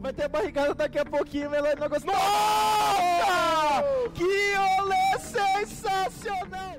Vai ter barrigada daqui a pouquinho, Melanie não gostou. Nossa! Que olé sensacional!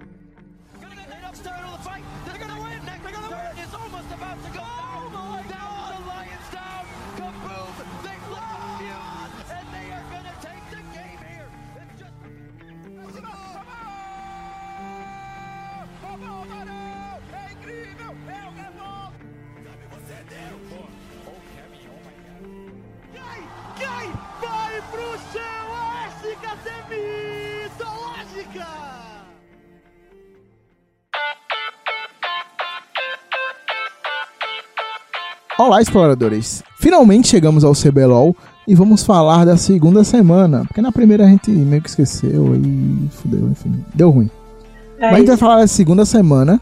Quem vai pro céu? SKT mitológica! Olá, exploradores! Finalmente chegamos ao CBLOL e vamos falar da segunda semana, porque na primeira a gente meio que esqueceu e fudeu, enfim, deu ruim. Mas a gente vai falar da segunda semana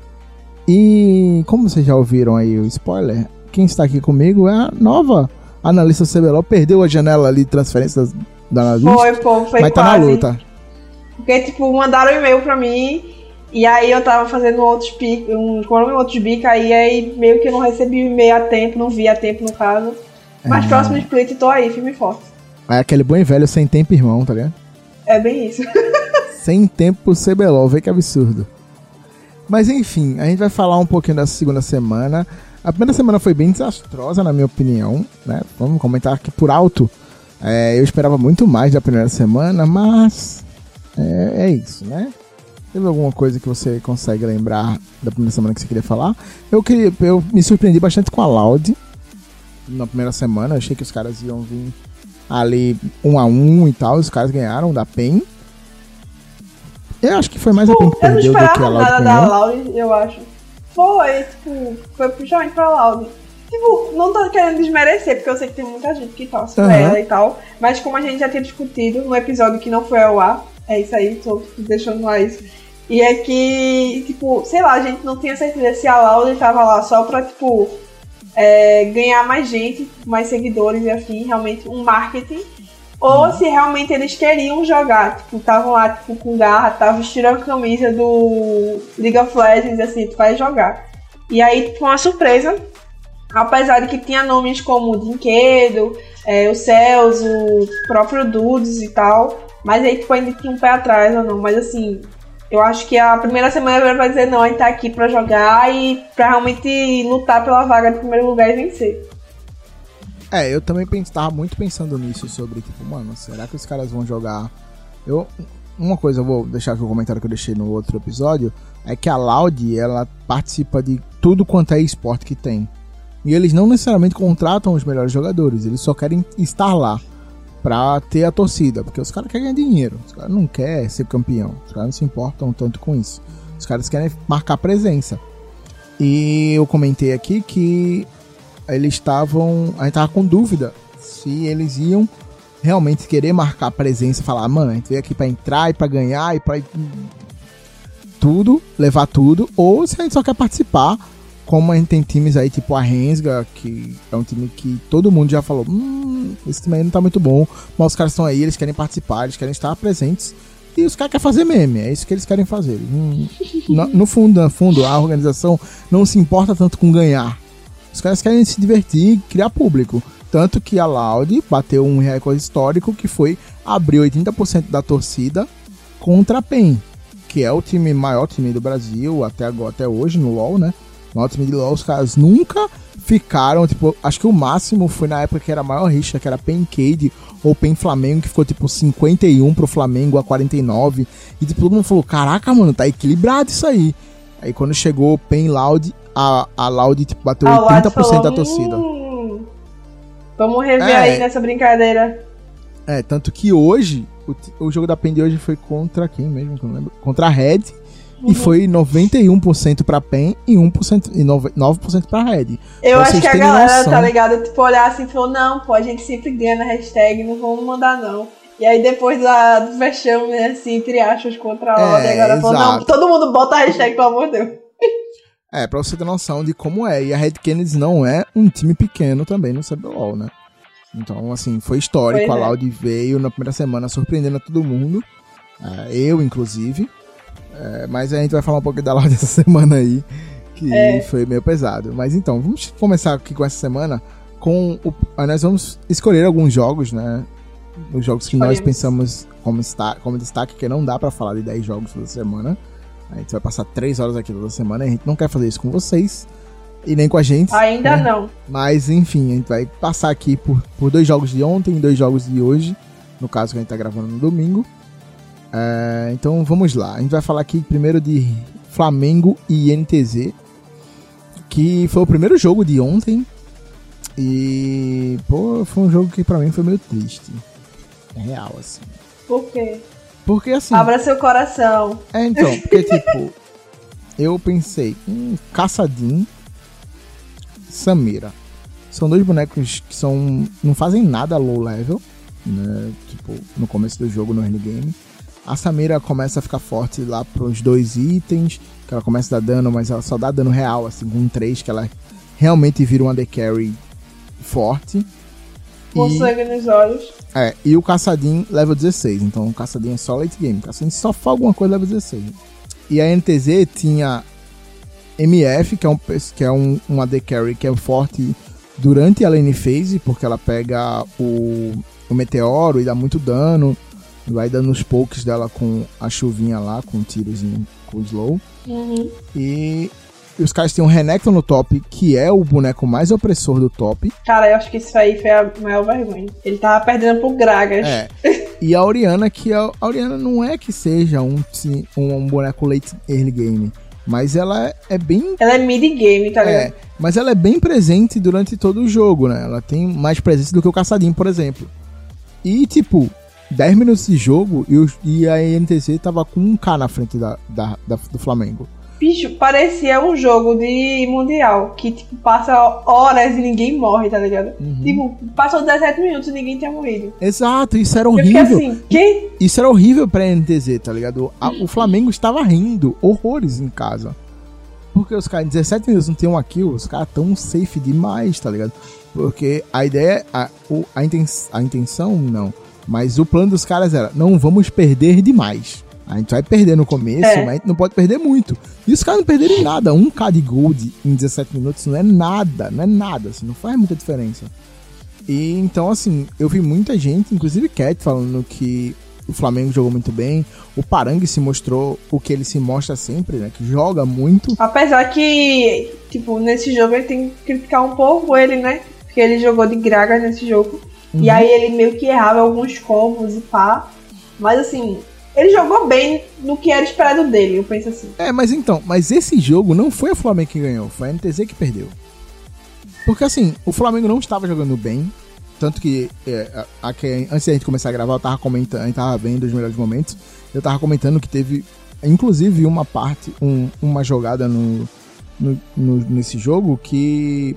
e, como vocês já ouviram aí o spoiler, quem está aqui comigo é a nova analista do CBLOL, perdeu a janela ali de transferências da analista, foi mas tá quase. na luta. Porque, tipo, mandaram um e-mail pra mim e aí eu tava fazendo outros bicos aí meio que eu não recebi o e-mail a tempo, não vi a tempo no caso. Mas próximo split tô aí, firme e forte. É aquele bom e velho sem tempo, irmão, tá ligado? É bem isso. Sem tempo CBLOL, vê que absurdo. Mas enfim, a gente vai falar um pouquinho da segunda semana. A primeira semana foi bem desastrosa, na minha opinião, né? Vamos comentar aqui por alto. Eu esperava muito mais da primeira semana, mas é isso, né? Teve alguma coisa que você consegue lembrar da primeira semana que você queria falar? Eu me surpreendi bastante com a Loud na primeira semana. Eu achei que os caras iam vir ali 1-1 e tal. Os caras ganharam da PEN. Eu acho que foi mais a PEN que perdeu do que a Loud nada ganhou. da Loud, eu acho. Foi puxamento pra Loud. Tipo, não tô querendo desmerecer, porque eu sei que tem muita gente que torce pra ela e tal. Mas como a gente já tinha discutido no episódio que não foi ao ar, é isso aí, tô deixando lá isso. E é que, tipo, sei lá, a gente não tinha certeza se a Loud tava lá só pra, tipo, ganhar mais gente, mais seguidores e assim, realmente um marketing. Ou se realmente eles queriam jogar, tipo, estavam lá, tipo, com garra, estavam vestindo a camisa do League of Legends, assim, tu vai jogar. E aí, tipo, uma surpresa, apesar de que tinha nomes como o Dinquedo, o Celso, o próprio Dudes e tal, mas aí, tipo, ainda tinha um pé atrás ou não, mas assim, eu acho que a primeira semana vai dizer, não, a gente tá aqui pra jogar e pra realmente lutar pela vaga de primeiro lugar e vencer. Eu também tava muito pensando nisso, sobre, tipo, mano, será que os caras vão jogar? Uma coisa, eu vou deixar aqui o comentário que eu deixei no outro episódio, é que a Loud, ela participa de tudo quanto é esporte que tem. E eles não necessariamente contratam os melhores jogadores, eles só querem estar lá pra ter a torcida, porque os caras querem ganhar dinheiro, os caras não querem ser campeão, os caras não se importam tanto com isso, os caras querem marcar presença. E eu comentei aqui que a gente tava com dúvida se eles iam realmente querer marcar presença, falar, mano, a gente veio aqui pra entrar e pra ganhar e pra tudo, levar tudo, ou se a gente só quer participar, como a gente tem times aí, tipo a Rensga, que é um time que todo mundo já falou, esse time aí não tá muito bom, mas os caras estão aí, eles querem participar, eles querem estar presentes, e os caras querem fazer meme, é isso que eles querem fazer. No fundo, a organização não se importa tanto com ganhar. Os caras querem se divertir, criar público. Tanto que a Loud bateu um recorde histórico, que foi abrir 80% da torcida contra a PEN, que é o maior time do Brasil até hoje no LoL, né? O maior time de LoL, os caras nunca ficaram, tipo, acho que o máximo foi na época que era a maior rixa, que era PEN Cade ou PEN Flamengo, que ficou tipo 51 pro Flamengo a 49. E tipo, todo mundo falou, caraca, mano, tá equilibrado isso aí. Aí quando chegou o PEN Loud, a Loud tipo, bateu 80% falou, da torcida. Vamos rever aí nessa brincadeira. Tanto que hoje, o jogo da PEN de hoje foi contra quem mesmo, que eu não lembro? Contra a Red. E foi 91% pra PEN e 9% pra Red. Eu acho que a galera, noção, tá ligado? Tipo, olhar assim e falou, não, pô, a gente sempre ganha na hashtag, não vamos mandar não. E aí depois do vexame, né, assim, entre aspas, contra a Loud, agora falou, não, todo mundo bota a hashtag, pelo amor de Deus. Pra você ter noção de como é. E a Red Canids não é um time pequeno também no CBLOL, né? Então, assim, foi histórico. Pois a Loud veio na primeira semana surpreendendo a todo mundo. Eu, inclusive. Mas a gente vai falar um pouco da Loud essa semana aí, que foi meio pesado. Mas então, vamos começar aqui com essa semana nós vamos escolher alguns jogos, né? Os jogos que nós pensamos como destaque, que não dá pra falar de 10 jogos toda semana. A gente vai passar 3 horas aqui toda semana, a gente não quer fazer isso com vocês e nem com a gente. Ainda não. Mas enfim, a gente vai passar aqui por 2 jogos de ontem e 2 jogos de hoje, no caso que a gente tá gravando no domingo. Então vamos lá, a gente vai falar aqui primeiro de Flamengo e INTZ, que foi o primeiro jogo de ontem. E pô, foi um jogo que pra mim foi meio triste. É real, assim. Por quê? Porque assim... Abra seu coração. Então, porque tipo, eu pensei, Caçadin, Samira. São 2 bonecos que não fazem nada low level, né? Tipo, no começo do jogo, no early game. A Samira começa a ficar forte lá pros 2 itens, que ela começa a dar dano, mas ela só dá dano real, assim, com 3, que ela realmente vira uma AD Carry forte. Com sangue nos olhos. E o Caçadin level 16, então o Caçadin é só late game. O Caçadin só faz alguma coisa level 16. E a NTZ tinha MF, que é um AD Carry que é forte durante a lane phase, porque ela pega o meteoro e dá muito dano. Vai dando os pokes dela com a chuvinha lá, com um tirozinho com slow. Uhum. E os caras têm um Renekton no top, que é o boneco mais opressor do top. Cara, eu acho que isso aí foi a maior vergonha. Ele tava perdendo pro Gragas. E a Orianna, a Orianna não é que seja um boneco late early game, mas ela é bem... Ela é mid game, tá ligado? Mas ela é bem presente durante todo o jogo, né? Ela tem mais presença do que o Caçadinho, por exemplo. E, tipo, 10 minutos de jogo e a NTZ tava com 1k na frente do Flamengo. Bicho, parecia um jogo de mundial, que tipo, passa horas e ninguém morre, tá ligado? Uhum. Tipo, passou 17 minutos e ninguém tinha morrido. Exato, isso era horrível. Eu fiquei assim, quê? Isso era horrível pra NTZ, tá ligado? O Flamengo estava rindo horrores em casa. Porque os caras, em 17 minutos não tem uma kill, os caras tão safe demais, tá ligado? Porque a ideia, a intenção, não. Mas o plano dos caras era, não vamos perder demais. A gente vai perder no começo, mas a gente não pode perder muito. E os caras não perderem nada. 1k de gold em 17 minutos não é nada, assim, não faz muita diferença. E então, assim, eu vi muita gente, inclusive Cat, falando que o Flamengo jogou muito bem. O Parangue se mostrou o que ele se mostra sempre, né? Que joga muito. Apesar que, tipo, nesse jogo ele tem que criticar um pouco ele, né? Porque ele jogou de Gragas nesse jogo. Uhum. E aí ele meio que errava alguns combos e pá. Mas assim... Ele jogou bem no que era esperado dele, eu penso assim. Mas esse jogo não foi o Flamengo que ganhou, foi a NTZ que perdeu. Porque assim, o Flamengo não estava jogando bem, tanto que antes da gente começar a gravar, eu tava comentando, a gente tava vendo os melhores momentos, eu tava comentando que teve, inclusive, uma jogada nesse jogo que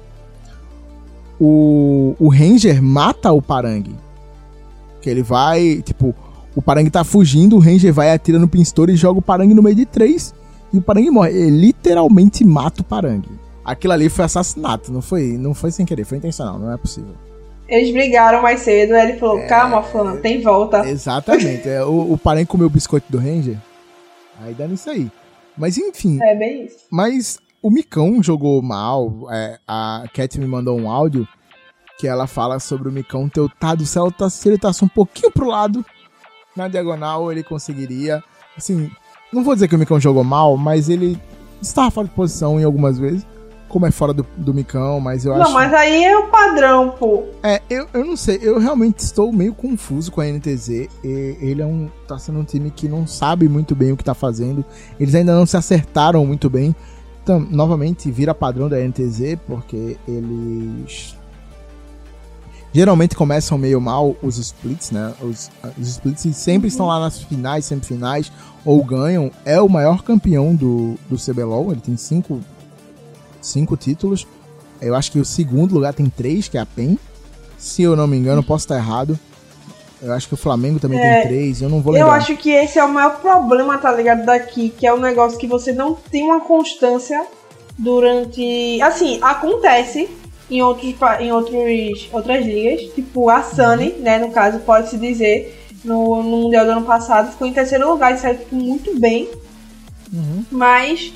o Ranger mata o Parangue. Que ele vai, tipo... O Parangue tá fugindo, o Ranger vai atira no Pinstory e joga o Parangue no meio de 3 e o Parangue morre. Ele literalmente mata o Parangue. Aquilo ali foi assassinato, não foi sem querer, foi intencional, não é possível. Eles brigaram mais cedo, aí ele falou, calma, fulano, tem volta. Exatamente, o Parangue comeu o biscoito do Ranger, aí dá nisso aí. Mas enfim. É bem isso. Mas o Micão jogou mal, a Cat me mandou um áudio que ela fala sobre o Micão ter do céu, se ele tasse um pouquinho pro lado, na diagonal ele conseguiria, assim, não vou dizer que o Micão jogou mal, mas ele estava fora de posição em algumas vezes, como é fora do Micão, mas eu acho... Não, mas aí é o padrão, pô. Eu não sei, eu realmente estou meio confuso com a NTZ, ele tá sendo um time que não sabe muito bem o que tá fazendo, eles ainda não se acertaram muito bem, então, novamente, vira padrão da NTZ, porque eles... Geralmente começam meio mal os splits, né? Os splits sempre estão lá nas finais, semifinais, ou ganham. É o maior campeão do CBLOL, ele tem 5 títulos. Eu acho que o segundo lugar tem 3, que é a PEN. Se eu não me engano, posso estar errado. Eu acho que o Flamengo também tem 3, eu não vou lembrar. Eu acho que esse é o maior problema, tá ligado, daqui, que é um negócio que você não tem uma constância durante... Assim, acontece... Em outras ligas, tipo a Sunny, né, no caso, pode-se dizer, no Mundial do ano passado, ficou em terceiro lugar e saiu muito bem, mas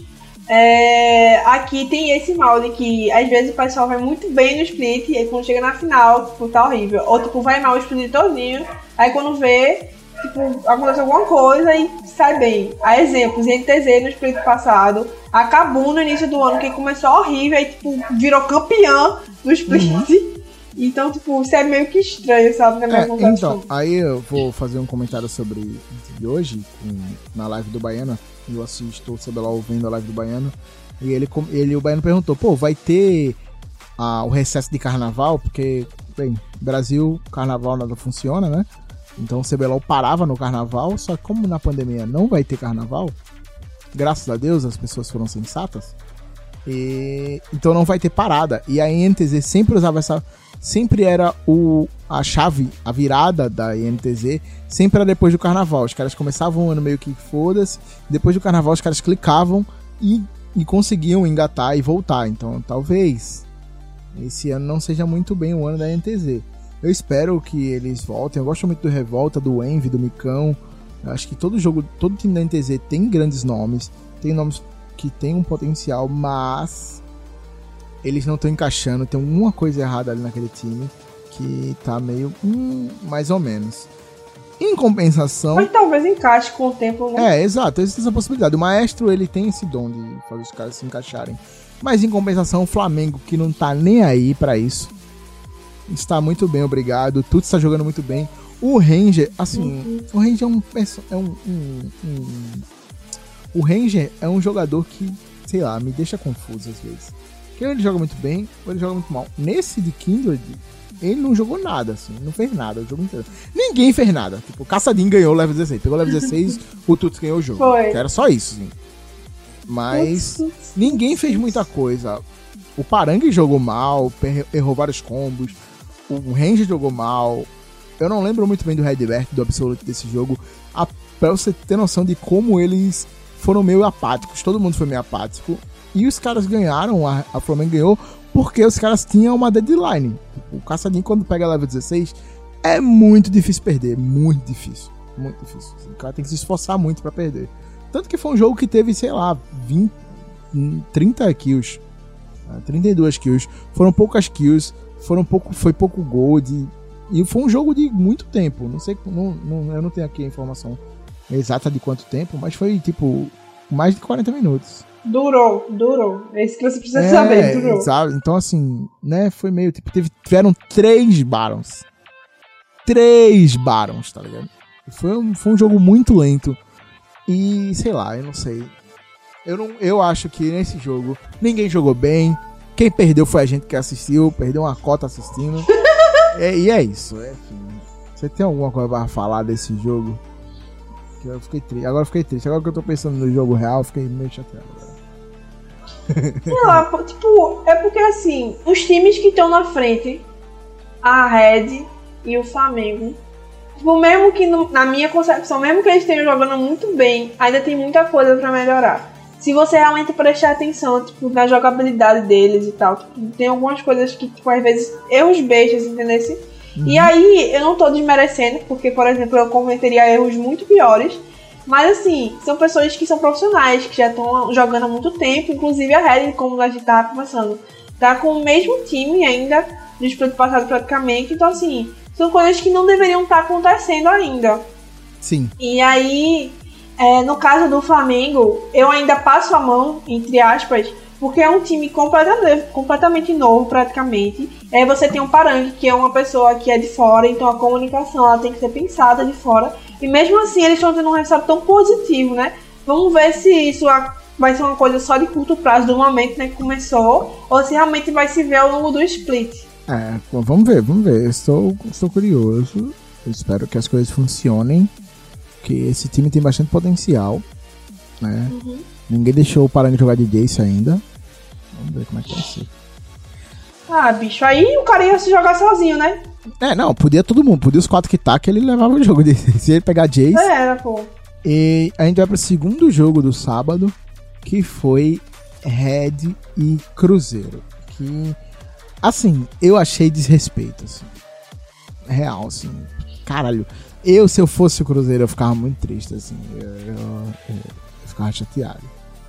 Aqui tem esse mal de que às vezes o pessoal vai muito bem no split e aí quando chega na final, tipo, tá horrível. Ou tipo, vai mal o split todinho, aí quando vê, tipo, acontece alguma coisa e sai bem. Há exemplos, NTZ no split passado, acabou no início do ano, que começou horrível, aí tipo, virou campeã do split. Então, tipo, isso é meio que estranho, sabe? Então, aí eu vou fazer um comentário sobre de hoje, na live do Baiano. Eu assisto o CBLOL vendo a live do Baiano. E o Baiano perguntou, pô, vai ter o recesso de carnaval? Porque, bem, Brasil, carnaval nada funciona, né? Então o CBLOL parava no carnaval, só que como na pandemia não vai ter carnaval, graças a Deus as pessoas foram sensatas, então não vai ter parada. E a INTZ sempre usava sempre era a chave, a virada da INTZ, sempre era depois do carnaval. Os caras começavam o ano meio que foda-se, depois do carnaval os caras clicavam e conseguiam engatar e voltar. Então talvez esse ano não seja muito bem o ano da INTZ. Eu espero que eles voltem. Eu gosto muito do Revolta, do Envy, do Micão. Eu acho que todo time da INTZ tem grandes nomes, tem nomes que tem um potencial, mas eles não estão encaixando. Tem alguma coisa errada ali naquele time que tá meio mais ou menos. Em compensação, mas talvez encaixe com o tempo, né? Exato, existe essa possibilidade. O Maestro, ele tem esse dom de fazer os caras se encaixarem. Mas em compensação, o Flamengo, que não tá nem aí pra isso, está muito bem, obrigado. Tudo está jogando muito bem. O Ranger, assim, o Ranger o Ranger é um jogador que, sei lá, me deixa confuso às vezes. Porque ele joga muito bem, ou ele joga muito mal. Nesse de Kindred, ele não jogou nada, assim, não fez nada o jogo inteiro. Ninguém fez nada. Tipo, o Caçadinho ganhou o level 16, pegou o level 16, o Tuts ganhou o jogo. Foi. Era só isso, assim. Mas ninguém fez muita coisa. O Parangue jogou mal, errou vários combos. O Ranger jogou mal. Eu não lembro muito bem do Redbert, do Absolute desse jogo. Pra você ter noção de como eles foram meio apáticos. Todo mundo foi meio apático. E os caras ganharam, a Flamengo ganhou, porque os caras tinham uma deadline. O Caçadinho, quando pega level 16, é muito difícil perder. Muito difícil. Muito difícil. O cara tem que se esforçar muito pra perder. Tanto que foi um jogo que teve, sei lá, 30 kills. 32 kills. Foram poucas kills. Foi pouco gold. E foi um jogo de muito tempo. Não sei, eu não tenho aqui a informação exata de quanto tempo, mas foi tipo mais de 40 minutos. Durou. É isso que você precisa saber, durou. Sabe? Então assim, né, foi meio tipo, tiveram 3 Barons. 3 Barons, tá ligado? Foi um jogo muito lento. E sei lá, eu não sei. Eu acho que nesse jogo ninguém jogou bem. Quem perdeu foi a gente que assistiu, perdeu uma cota assistindo. E é isso. Enfim. Você tem alguma coisa pra falar desse jogo? Que eu fiquei triste. Agora eu fiquei triste. Agora que eu tô pensando no jogo real, eu fiquei meio chateado. Sei lá, tipo, é porque assim, os times que estão na frente, a Red e o Flamengo, tipo, mesmo que na minha concepção, mesmo que eles estejam jogando muito bem, ainda tem muita coisa pra melhorar. Se você realmente prestar atenção, tipo, na jogabilidade deles e tal, tipo, tem algumas coisas que, tipo, às vezes, erros bestas, entendeu? E aí, eu não tô desmerecendo, porque, por exemplo, eu cometeria erros muito piores, mas, assim, são pessoas que são profissionais, que já estão jogando há muito tempo, inclusive a Red, como a gente tava conversando, tá com o mesmo time ainda, do split passado praticamente, então, assim, são coisas que não deveriam estar acontecendo ainda. Sim. E aí... no caso do Flamengo, eu ainda passo a mão, entre aspas, porque é um time completamente novo, praticamente. Você tem um Parangue, que é uma pessoa que é de fora, então a comunicação ela tem que ser pensada de fora. E mesmo assim, eles estão tendo um resultado tão positivo, né? Vamos ver se isso vai ser uma coisa só de curto prazo, do momento, né, que começou, ou se realmente vai se ver ao longo do split. Vamos ver. Eu estou curioso. Eu espero que as coisas funcionem. Porque esse time tem bastante potencial, né? Ninguém deixou o Parangue jogar de Jace ainda. Vamos ver como é que vai ser. Bicho, aí o cara ia se jogar sozinho, né? Não, podia todo mundo. Podia os 4 que tá, que ele levava o jogo. Se ele pegar Jace. Pô. E a gente vai pro segundo jogo do sábado, que foi Red e Cruzeiro. Que, assim, eu achei desrespeito, assim. Real, assim. Caralho. Se eu fosse o Cruzeiro, eu ficava muito triste, assim. Eu ficava chateado.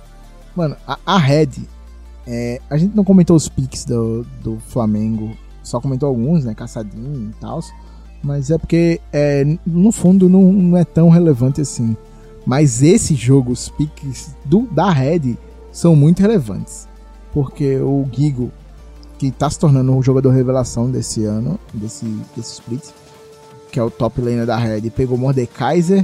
Mano, a Red, a gente não comentou os picks do Flamengo, só comentou alguns, né, Caçadinho e tal, mas é porque no fundo não é tão relevante assim. Mas esse jogo, os picks da Red são muito relevantes, porque o Gigo, que tá se tornando um jogador revelação desse ano, desse split, que é o top laner da Red, pegou Mordekaiser,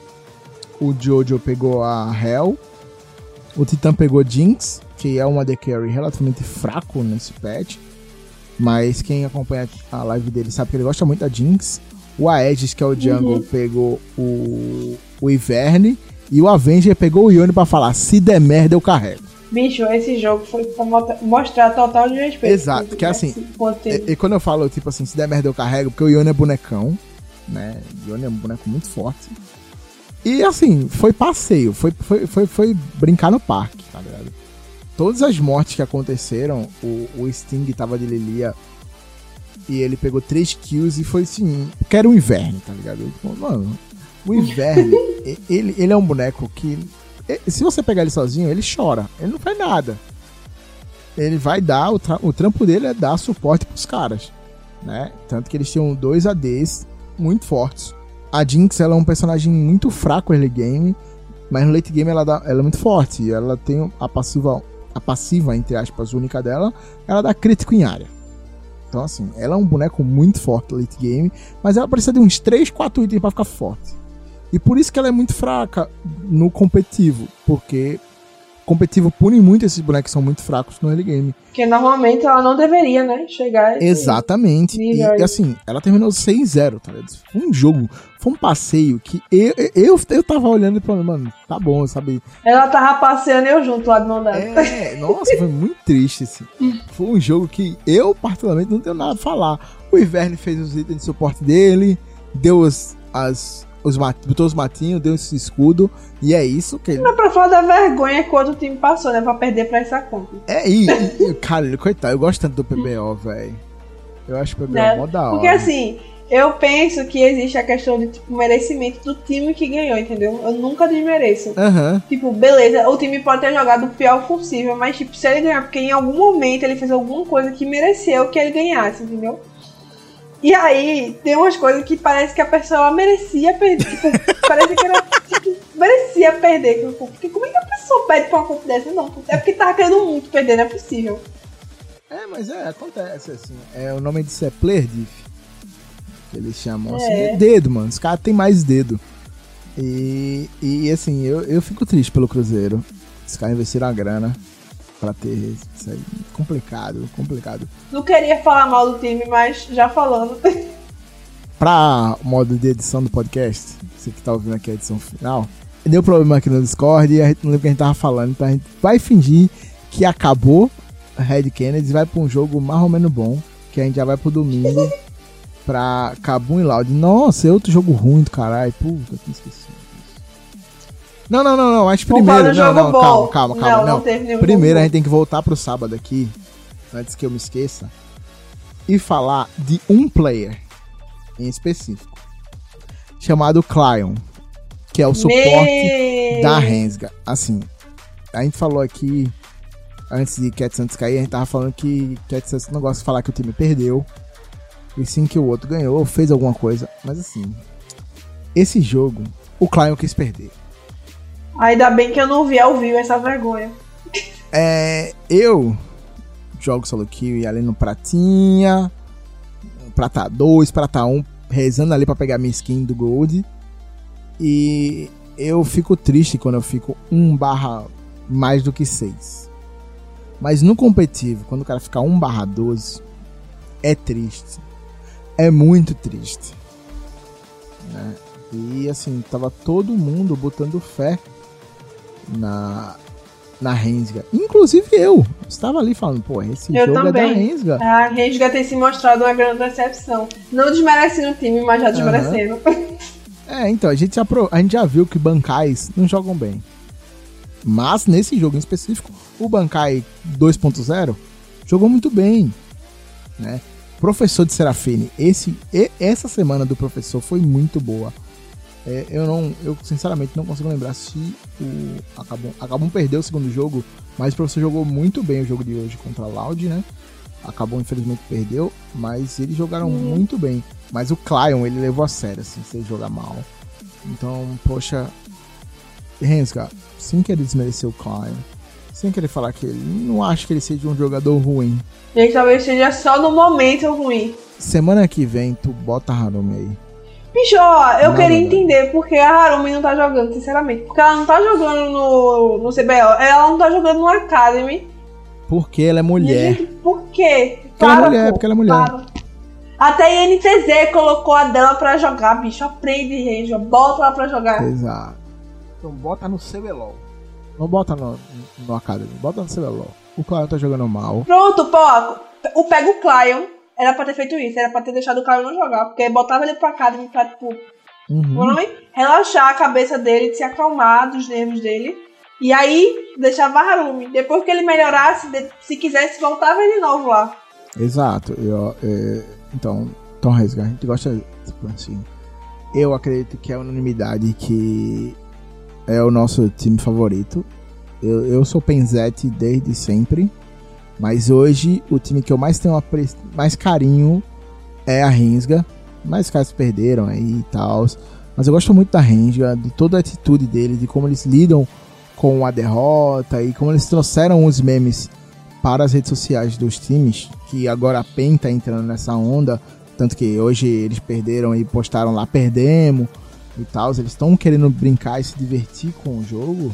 o Jojo pegou a Hell, o Titã pegou Jinx, que é uma AD Carry relativamente fraco nesse patch, mas quem acompanha a live dele sabe que ele gosta muito da Jinx. O Aegis, que é o Jungle, pegou o Ivern, e o Avenger pegou o Yone pra falar, se der merda eu carrego. Bicho, esse jogo foi pra mostrar total de respeito. Exato, que assim, e quando eu falo, tipo assim, se der merda eu carrego, porque o Yone é bonecão, né, o Yone é um boneco muito forte. E assim, foi passeio, foi brincar no parque, tá ligado? Todas as mortes que aconteceram, o Sting tava de Lilia, e ele pegou 3 kills e foi assim, quero um Inverno, tá ligado? Mano, o Inverno, ele é um boneco que, se você pegar ele sozinho, ele chora, ele não faz nada. Ele vai dar, o trampo dele é dar suporte pros caras, né? Tanto que eles tinham 2 ADs muito fortes. A Jinx, ela é um personagem muito fraco early game, mas no late game ela é muito forte. Ela tem a passiva, entre aspas, única dela, ela dá crítico em área. Então assim, ela é um boneco muito forte no late game, mas ela precisa de uns 3, 4 itens pra ficar forte. E por isso que ela é muito fraca no competitivo, porque competitivo pune muito esses bonecos que são muito fracos no early game. Porque normalmente ela não deveria, né, chegar a esse Exatamente. E assim, ela terminou 6-0, tá ligado? Foi um jogo, foi um passeio que eu tava olhando e falando, mano, tá bom, sabe? Ela tava passeando e eu junto lá de mão dada. Nossa, foi muito triste, assim. Foi um jogo que eu, particularmente, não tenho nada a falar. O Ivern fez os itens de suporte dele, deu botou os matinhos, deu esse escudo, e é isso que ele... Não é pra falar da vergonha que o outro time passou, né? Pra perder pra essa conta. Cara, coitado, eu gosto tanto do PBO, velho. Eu acho o PBO mó da hora. Porque assim, eu penso que existe a questão de, tipo, merecimento do time que ganhou, entendeu? Eu nunca desmereço. Tipo, beleza, o time pode ter jogado o pior possível, mas, tipo, se ele ganhar, porque em algum momento ele fez alguma coisa que mereceu que ele ganhasse, entendeu? E aí, tem umas coisas que parece que a pessoa merecia perder. Tipo, parece que ela merecia perder. Porque como é que a pessoa perde pra uma coisa dessa? Não, é porque tava querendo muito perder, não é possível. Mas acontece, assim. O nome disso é Player Diff. Que eles chamam assim. É dedo, mano. Os caras têm mais dedo. E assim, eu fico triste pelo Cruzeiro. Os caras investiram a grana pra ter isso aí. Complicado. Não queria falar mal do time, mas já falando. Pra modo de edição do podcast, você que tá ouvindo aqui a edição final, deu problema aqui no Discord e a gente não lembra o que a gente tava falando, então a gente vai fingir que acabou a Red Kennedy e vai pra um jogo mais ou menos bom, que a gente já vai pro domingo pra Kabum e Loud. Nossa, é outro jogo ruim do caralho. Puta, eu tinha esquecido. Não, mas primeiro... Calma. Não primeiro a gente tem que voltar pro sábado aqui, antes que eu me esqueça, e falar de um player em específico, chamado Clion, que é o suporte da Rensga. Assim, a gente falou aqui, antes de Cat Santos cair, a gente tava falando que Cat Santos não gosta de falar que o time perdeu, e sim que o outro ganhou, fez alguma coisa, mas assim, esse jogo, o Clion quis perder. Ainda bem que eu não vi ao vivo essa vergonha. Eu jogo solo kill ali no pratinha, prata 2, prata 1, rezando ali pra pegar minha skin do gold. E eu fico triste quando eu fico 1/ mais do que 6. Mas no competitivo, quando o cara fica 1/12, é triste. É muito triste, né? E assim, tava todo mundo botando fé na Rensga. Inclusive eu estava ali falando, pô, esse jogo também. É da Rensga. A Rensga tem se mostrado uma grande decepção. Não desmerecendo o time, mas já desmerecendo. Então, a gente já viu que bancais não jogam bem. Mas nesse jogo em específico, o Bankai 2.0 jogou muito bem, né? Professor de Serafine, essa semana do professor foi muito boa. Eu sinceramente não consigo lembrar se o Acabum perdeu o segundo jogo, mas o professor jogou muito bem o jogo de hoje contra a Loud, né? Acabou, infelizmente, perdeu, mas eles jogaram muito bem. Mas o Clion, ele levou a sério, assim, se ele jogar mal. Então, poxa, Rensga, sem querer desmerecer o Clion, sem querer falar que ele não acho que ele seja um jogador ruim. Gente, talvez seja só no momento ruim. Semana que vem, tu bota a Harumi aí. Bicho, ó, eu queria entender por que a Harumi não tá jogando, sinceramente. Porque ela não tá jogando no CBO, ela não tá jogando no Academy. Porque ela é mulher. Gente, por quê? Porque ela é mulher. Claro. Até a INTZ colocou a dela pra jogar, bicho. Aprende, Ranger. Bota ela pra jogar. Exato. Então bota no CBLOL. Não bota no Academy. Bota no CBLOL. O Clion tá jogando mal. Pronto, pô. Pega o Clion. Era pra ter feito isso. Era pra ter deixado o Clion não jogar. Porque botava ele pro Academy pra, tipo... relaxar a cabeça dele, se acalmar dos nervos dele. E aí, deixava a Harumi. Depois que ele melhorasse, se quisesse, voltava ele de novo lá. Exato. Então, Tom Resgar, a gente gosta, tipo assim... Eu acredito que é unanimidade que é o nosso time favorito. Eu sou Penzete desde sempre. Mas hoje, o time que eu mais tenho mais carinho é a Rensga. Mas os caras perderam aí e tal. Mas eu gosto muito da Rensga, de toda a atitude deles, de como eles lidam com a derrota e como eles trouxeram os memes para as redes sociais dos times, que agora a PEN tá entrando nessa onda, tanto que hoje eles perderam e postaram lá, perdemos e tal, eles estão querendo brincar e se divertir com o jogo,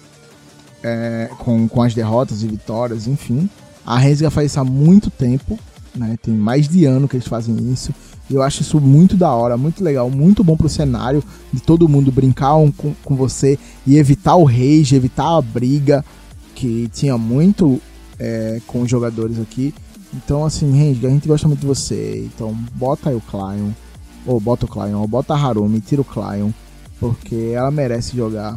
com as derrotas e vitórias, enfim. A Rensga faz isso há muito tempo, né? Tem mais de ano que eles fazem isso. E eu acho isso muito da hora, muito legal, muito bom pro cenário de todo mundo brincar com você e evitar o rage, evitar a briga que tinha muito com os jogadores aqui. Então, assim, Rensga, a gente gosta muito de você. Então, bota aí o Clion, ou bota o Clion, ou bota a Harumi, tira o Clion, porque ela merece jogar.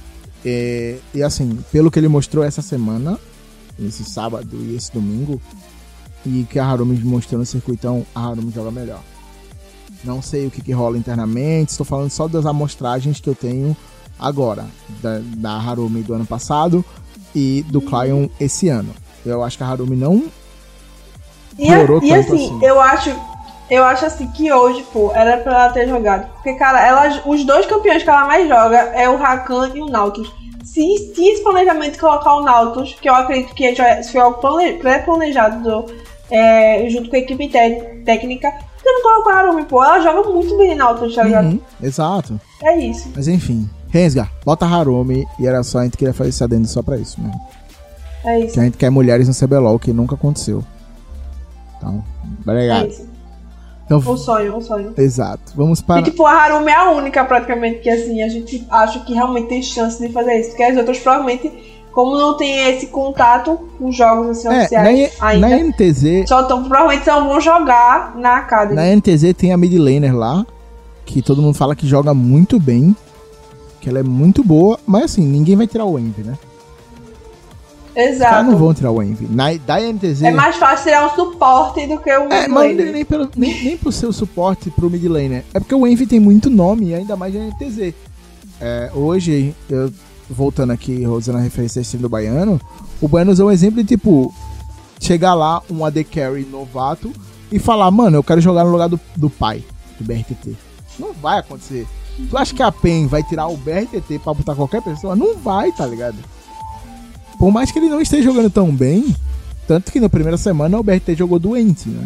E assim, pelo que ele mostrou essa semana, esse sábado e esse domingo, e que a Harumi mostrou no circuitão, a Harumi joga melhor. Não sei o que rola internamente, estou falando só das amostragens que eu tenho agora, da Harumi do ano passado e do Clion esse ano. Eu acho que a Harumi não piorou tanto assim. Eu acho assim que hoje, pô, era pra ela ter jogado. Porque, cara, os dois campeões que ela mais joga é o Rakan e o Nautilus. Se tinha esse planejamento de colocar o Nautilus, que eu acredito que foi algo pré-planejado junto com a equipe técnica, porque não colocou a Harumi, pô. Ela joga muito bem na Nautilus, tá ligado? Exato. É isso. Mas enfim, Rensga, bota a Harumi, e era só, a gente queria fazer esse adendo só pra isso mesmo. É isso. Que a gente quer mulheres no CBLOL, que nunca aconteceu. Então, obrigado. É isso. Então, um sonho. Exato. Vamos para... E tipo, a Harumi é a única praticamente que assim, a gente acha que realmente tem chance de fazer isso. Porque as outras provavelmente, como não tem esse contato com jogos assim, oficiais ainda, na NTZ, provavelmente só vão jogar na Academy. Na NTZ tem a mid laner lá, que todo mundo fala que joga muito bem, que ela é muito boa, mas assim, ninguém vai tirar o Envy, né? Exato. Os caras não vão tirar o Envy. Da NTZ... É mais fácil tirar um suporte do que o mid laner. Mas nem pro seu suporte pro mid laner. É porque o Envy tem muito nome, ainda mais na NTZ. Hoje, eu voltando aqui, usando a referência do Baiano, o Baiano usou um exemplo de, tipo, chegar lá, um AD Carry novato, e falar, mano, eu quero jogar no lugar do pai, do BRTT. Não vai acontecer. Tu acha que a PEN vai tirar o BRTT pra botar qualquer pessoa? Não vai, tá ligado? Por mais que ele não esteja jogando tão bem, tanto que na primeira semana o BRTT jogou doente, né?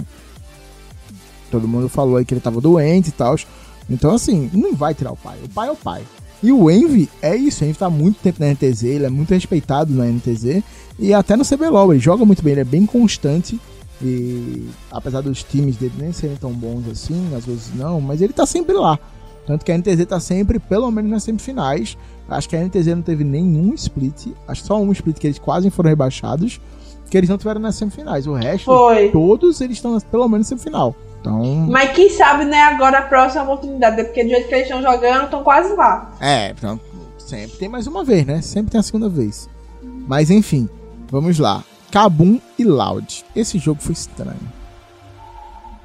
Todo mundo falou aí que ele tava doente e tal. Então, assim, não vai tirar o pai. O pai é o pai. E o Envy é isso. O Envy tá há muito tempo na NTZ, ele é muito respeitado na NTZ. E até no CBLOL, ele joga muito bem, ele é bem constante. E apesar dos times dele nem serem tão bons assim, às vezes não, mas ele tá sempre lá. Tanto que a NTZ tá sempre, pelo menos nas semifinais. Acho que a NTZ não teve nenhum split. Acho que só um split que eles quase foram rebaixados, que eles não tiveram nas semifinais. O resto, todos eles estão pelo menos na semifinal. Então... Mas quem sabe, né, agora a próxima oportunidade, porque do jeito que eles estão jogando, estão quase lá. Então, sempre tem mais uma vez, né? Sempre tem a segunda vez. Mas enfim, vamos lá. Kabum e Loud. Esse jogo foi estranho.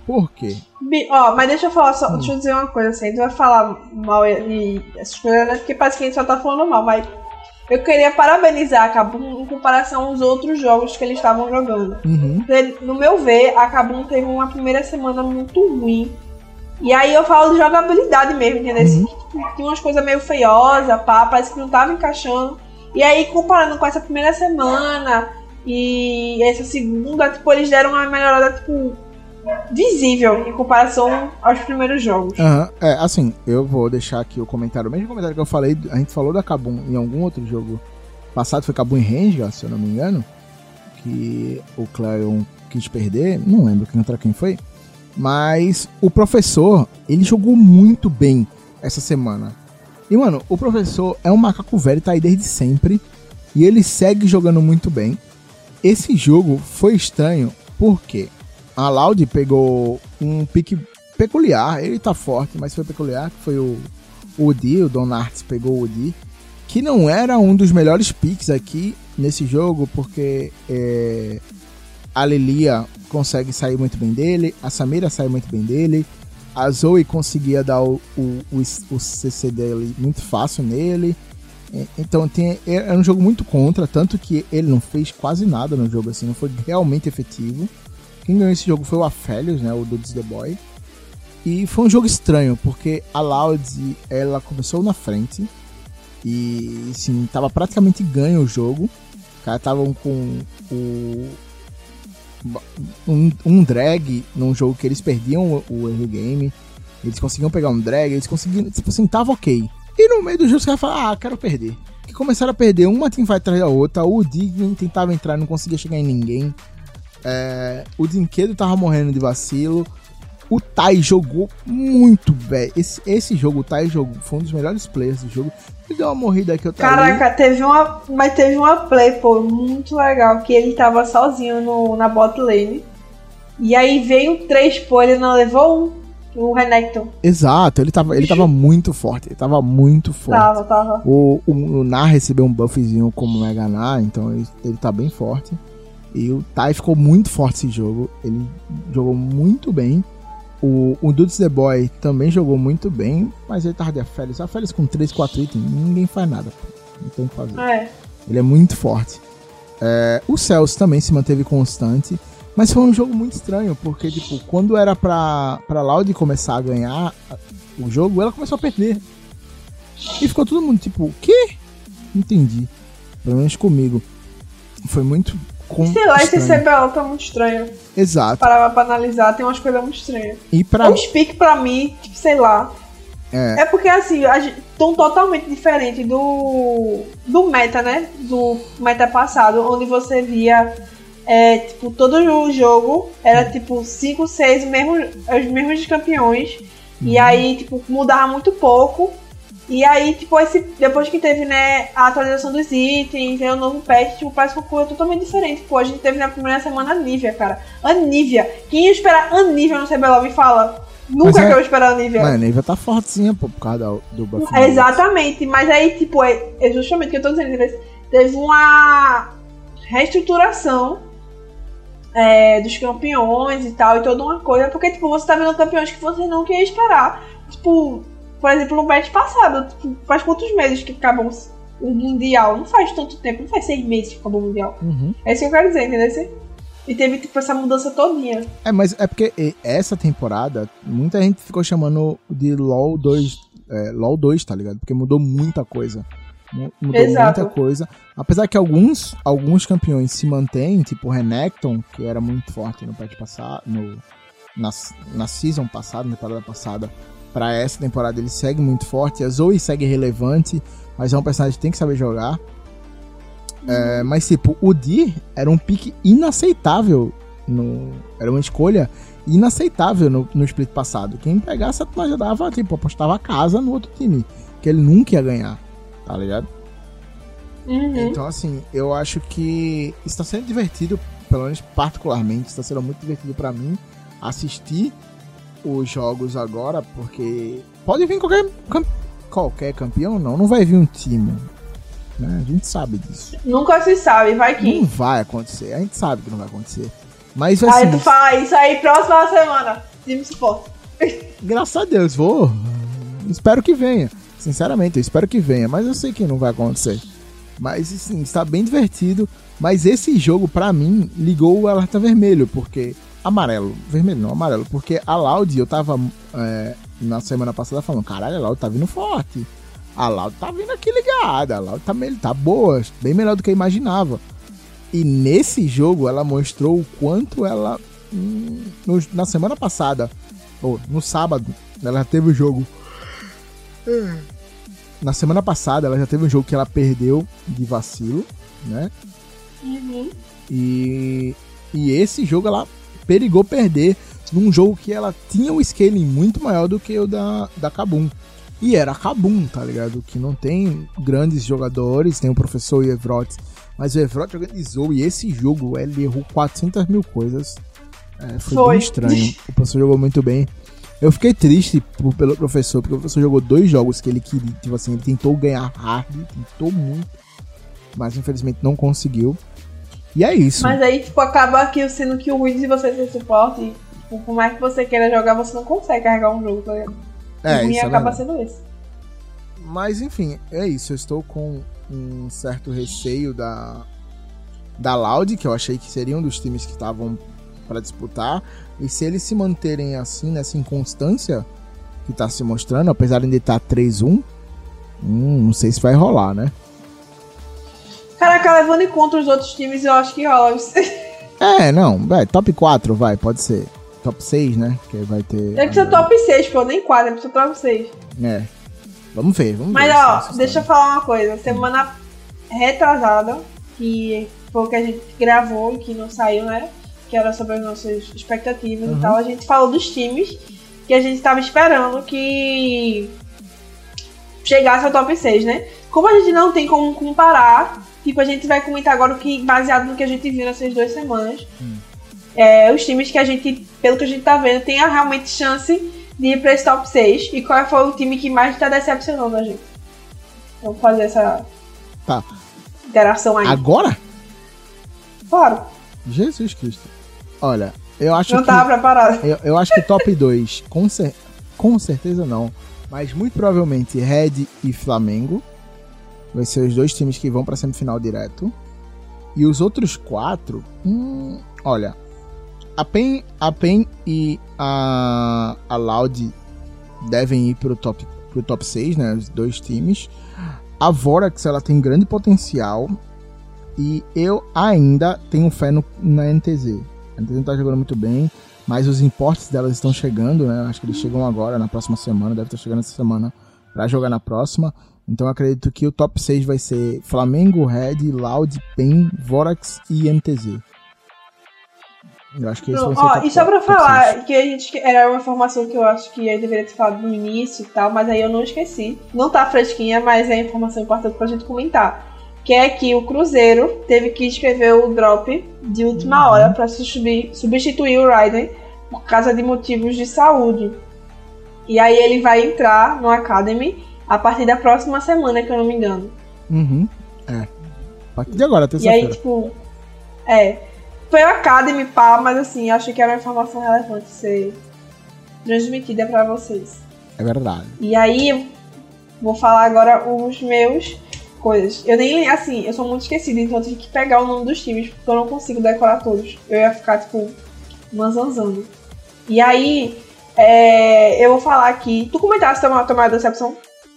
Por quê? Mas deixa eu falar só, deixa eu dizer uma coisa assim, tu vai falar mal e essas coisas, né? Porque parece que a gente só tá falando mal, mas eu queria parabenizar a Kabum em comparação aos outros jogos que eles estavam jogando. No meu ver, a Kabum teve uma primeira semana muito ruim. E aí eu falo de jogabilidade mesmo, entendeu? Tinha umas coisas meio feiosas, parece que não tava encaixando. E aí, comparando com essa primeira semana e essa segunda, tipo, eles deram uma melhorada, tipo, visível em comparação aos primeiros jogos. Assim, eu vou deixar aqui o mesmo comentário que eu falei, a gente falou da Kabum em algum outro jogo passado, foi Kabum e Renga, se eu não me engano, que o Clarion quis perder, não lembro contra quem foi, mas o professor, ele jogou muito bem essa semana. E, mano, o professor é um macaco velho, tá aí desde sempre, e ele segue jogando muito bem. Esse jogo foi estranho, porque a Loud pegou um pique peculiar, ele tá forte, mas foi peculiar, que foi o Udi, o Don Arts pegou o Udi, que não era um dos melhores picks aqui nesse jogo, porque a Lilia consegue sair muito bem dele, a Samira sai muito bem dele, a Zoe conseguia dar o CC dele muito fácil nele, então era um jogo muito contra, tanto que ele não fez quase nada no jogo, assim, não foi realmente efetivo. Quem ganhou esse jogo foi o Aphelios, né, o Dudes the Boy. E foi um jogo estranho, porque a Loud, ela começou na frente e, sim, tava praticamente ganho o jogo. Os caras estavam com um drag num jogo que eles perdiam o early game. Eles conseguiam pegar um drag, eles conseguiam, tipo assim, tava ok. E no meio do jogo os caras falaram, quero perder. Que começaram a perder, uma teamfight atrás da outra, o Dig tentava entrar, não conseguia chegar em ninguém. O Dinquedo tava morrendo de vacilo. O Tai jogou muito, velho. Esse jogo, o Tai jogou, foi um dos melhores players do jogo. Ele deu uma morrida aqui, Caraca, teve uma play, pô, muito legal. Que ele tava sozinho na bot lane. E aí veio 3, pô, ele não levou o Renekton. Exato, ele tava muito forte. Ele tava muito forte. Tava. O Nar recebeu um buffzinho como Mega Nar, então ele tá bem forte. E o Tai ficou muito forte esse jogo. Ele jogou muito bem. O Dudes the Boy também jogou muito bem, mas ele tava de Aphelios. Aphelios com 3, 4 itens, ninguém faz nada. Não tem o que fazer. Ele é muito forte. O Celso também se manteve constante, mas foi um jogo muito estranho, porque tipo, quando era pra Loud começar a ganhar o jogo, ela começou a perder. E ficou todo mundo tipo, o quê? Não entendi. Pelo menos comigo. Foi muito... Sei lá, esse CBLOL tá muito estranho. Exato. Parava pra analisar, tem umas coisas muito estranhas. E pra... O Speak pra mim, tipo, sei lá. É porque assim, tão totalmente diferente do meta, né? Do meta passado, onde você via tipo, todo o jogo era tipo 5, 6 os mesmos campeões. E aí, tipo, mudava muito pouco. E aí, tipo, depois que teve, né, a atualização dos itens, veio o novo patch, tipo, parece uma coisa totalmente diferente. Pô, a gente teve na primeira semana a Nivea, cara. A Nivea. Quem ia esperar a Nivea no CBLOL? Me fala. Nunca que eu ia esperar a Nivea. Mas a Nivea tá fortezinha, pô, por causa do buff. Exatamente. Mas aí, tipo, é justamente o que eu tô dizendo. Teve uma reestruturação dos campeões e tal, e toda uma coisa. Porque, tipo, você tá vendo campeões que você não queria esperar. Tipo... Por exemplo, no match passado, tipo, faz quantos meses que acabou o Mundial? Não faz tanto tempo, não faz 6 meses que acabou o Mundial. É isso que eu quero dizer, entendeu? E teve, tipo, essa mudança todinha. Mas é porque essa temporada, muita gente ficou chamando de LoL 2, LoL 2, tá ligado? Porque mudou muita coisa. Mudou muita coisa. Apesar que alguns campeões se mantêm, tipo o Renekton, que era muito forte no patch passado, na season passada, na temporada passada. Pra essa temporada ele segue muito forte. A Zoe segue relevante, mas é um personagem que tem que saber jogar. Mas tipo, o Di era um pick inaceitável. Era uma escolha inaceitável no split passado. Quem pegasse já dava, tipo, apostava a casa no outro time, que ele nunca ia ganhar, tá ligado? Então assim, eu acho que está sendo divertido, pelo menos particularmente, está sendo muito divertido pra mim assistir os jogos agora, porque pode vir qualquer campeão, não vai vir um time, né? A gente sabe disso. Nunca se sabe, vai que não vai acontecer, a gente sabe que não vai acontecer, mas assim, aí tu fala isso aí, próxima semana time suporte. Graças a Deus, espero que venha. Sinceramente, eu espero que venha, mas eu sei que não vai acontecer. Mas, sim, está bem divertido. Mas esse jogo, pra mim, ligou o alerta vermelho, porque... Vermelho não, amarelo. Porque a Loud, eu tava na semana passada falando, caralho, a Loud tá vindo forte. A Loud tá vindo aqui ligada. A Loud tá boa, bem melhor do que eu imaginava. E nesse jogo, ela mostrou o quanto ela... na semana passada, ou no sábado, ela teve o jogo... Na semana passada, ela já teve um jogo que ela perdeu de vacilo, né? Uhum. E esse jogo ela perigou perder num jogo que ela tinha um scaling muito maior do que o da Kabum. E era a Kabum, tá ligado? Que não tem grandes jogadores, tem o professor e o Evrot, mas o Evrot organizou e esse jogo ele errou 400 mil coisas. Foi bem estranho. O professor jogou muito bem. Eu fiquei triste pelo professor, porque o professor jogou 2 jogos que ele queria, tipo assim, ele tentou ganhar hard, tentou muito, mas infelizmente não conseguiu. E é isso. Mas aí, tipo, acaba aqui sendo que o ruim de você ser suporte, e, tipo, por mais que você queira jogar, você não consegue carregar um jogo, tá ligado? O ruim acaba sendo esse. Mas enfim, é isso. Eu estou com um certo receio da Loud, que eu achei que seria um dos times que estavam para disputar. E se eles se manterem assim, nessa inconstância que tá se mostrando, apesar de estar 3-1, não sei se vai rolar, né? Caraca, levando em conta os outros times, eu acho que rola. Top 4, pode ser. Top 6, né? Que vai ter... Deve ser top 6, pô, nem 4, deve ser top 6. Vamos ver. Mas, ó, deixa eu falar uma coisa. Semana retrasada, que foi o que a gente gravou e que não saiu, né? Que era sobre as nossas expectativas e tal. A gente falou dos times que a gente tava esperando que chegasse ao top 6, né? Como a gente não tem como comparar, tipo, a gente vai comentar agora o que, baseado no que a gente viu nessas 2 semanas. Os times que a gente, pelo que a gente tá vendo, tem realmente chance de ir pra esse top 6. E qual foi o time que mais tá decepcionando a gente? Vamos fazer essa interação aí. Agora? Claro. Jesus Cristo. Olha, eu acho não tava preparado. Eu acho que top 2, com certeza não. Mas muito provavelmente Red e Flamengo vai ser os 2 times que vão pra semifinal direto. E os outros 4, olha, a PEN e a Loud devem ir pro top 6, né? Os 2 times. A Vorax, ela tem grande potencial. E eu ainda tenho fé na NTZ. A NTZ tá jogando muito bem, mas os importes delas estão chegando, né? Acho que eles chegam agora, na próxima semana, deve estar chegando essa semana pra jogar na próxima. Então eu acredito que o top 6 vai ser Flamengo, Red, Loud, PEN, Vorax e NTZ. Eu acho que esse vai ser o top 6. E só pra falar, que a gente era uma informação que eu acho que eu deveria ter falado no início e tal, mas aí eu não esqueci. Não tá fresquinha, mas é informação importante pra gente comentar. Que é que o Cruzeiro teve que escrever o drop de última hora pra substituir o Raiden por causa de motivos de saúde. E aí ele vai entrar no Academy a partir da próxima semana, que eu não me engano. A partir de agora, terça-feira. E aí, tipo... Foi o Academy, mas assim, acho que era uma informação relevante ser transmitida pra vocês. É verdade. E aí, vou falar agora os meus... coisas. Eu nem, assim, eu sou muito esquecida, então eu tive que pegar o nome dos times, porque eu não consigo decorar todos. Eu ia ficar, tipo, manzanzando. E aí, eu vou falar aqui. Tu comentaste a maior decepção?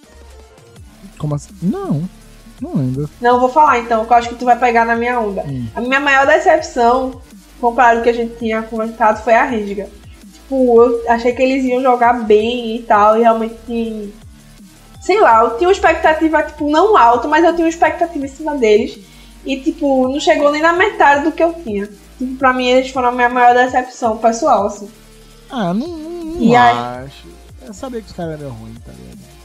Como assim? Não lembro. Não, eu vou falar então, que eu acho que tu vai pegar na minha onda. A minha maior decepção, comparado ao que a gente tinha comentado, foi a Risga. Tipo, eu achei que eles iam jogar bem e tal, e realmente... Sei lá, eu tinha uma expectativa, tipo, não alta, mas eu tinha uma expectativa em cima deles. E, tipo, não chegou nem na metade do que eu tinha. Tipo, pra mim, eles foram a minha maior decepção pessoal, assim. Não acho. Eu sabia que os caras eram ruins, tá ligado?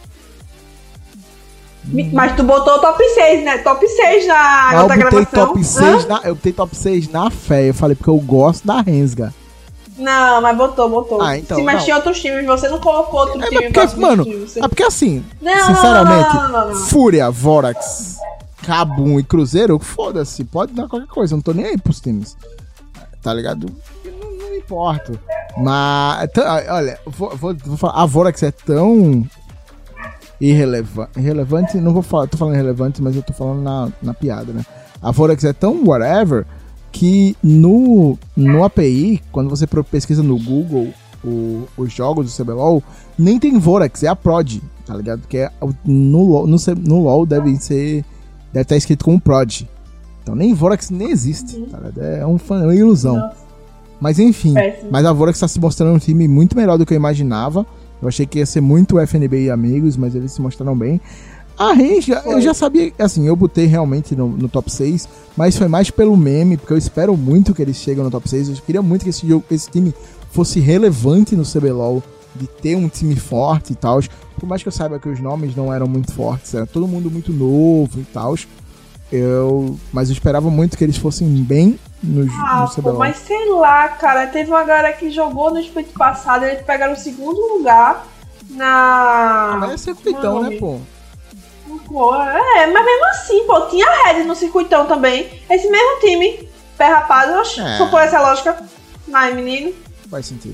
Mas tu botou o top 6, né? Top 6 na outra gravação. Eu botei top 6 na fé. Eu falei porque eu gosto da Rensga. Não, mas botou. Então, sim, mas tinha outros times, você não colocou outro time porque, mano, você... É porque assim, sinceramente, Fúria, Vorax, Kabum e Cruzeiro, foda-se, pode dar qualquer coisa, eu não tô nem aí pros times. Tá ligado? Não importa. Mas, olha, vou falar, a Vorax é tão irrelevante, não vou falar, tô falando irrelevante, mas eu tô falando na piada, né? A Vorax é tão whatever que no API, quando você pesquisa no Google os jogos do CBLOL, nem tem Vorax, é a Prod, tá ligado? Que é, no LoL deve estar escrito como Prod. Então nem Vorax nem existe, tá ligado? É uma ilusão. Nossa. Mas enfim, mas a Vorax tá se mostrando um time muito melhor do que eu imaginava. Eu achei que ia ser muito FNB e amigos, mas eles se mostraram bem. A Range, eu já sabia, assim, eu botei realmente no top 6, mas foi mais pelo meme, porque eu espero muito que eles cheguem no top 6. Eu queria muito que esse time fosse relevante no CBLOL, de ter um time forte e tal. Por mais que eu saiba que os nomes não eram muito fortes, era todo mundo muito novo e tal. Mas eu esperava muito que eles fossem bem no CBLOL. Mas sei lá, cara, teve uma galera que jogou no split passado, eles pegaram o segundo lugar na... Mas é circuitão, né, pô? Mas mesmo assim, pô, tinha a Red no circuitão também. Esse mesmo time, pé rapado, só por essa lógica. Mas, menino... Faz sentido.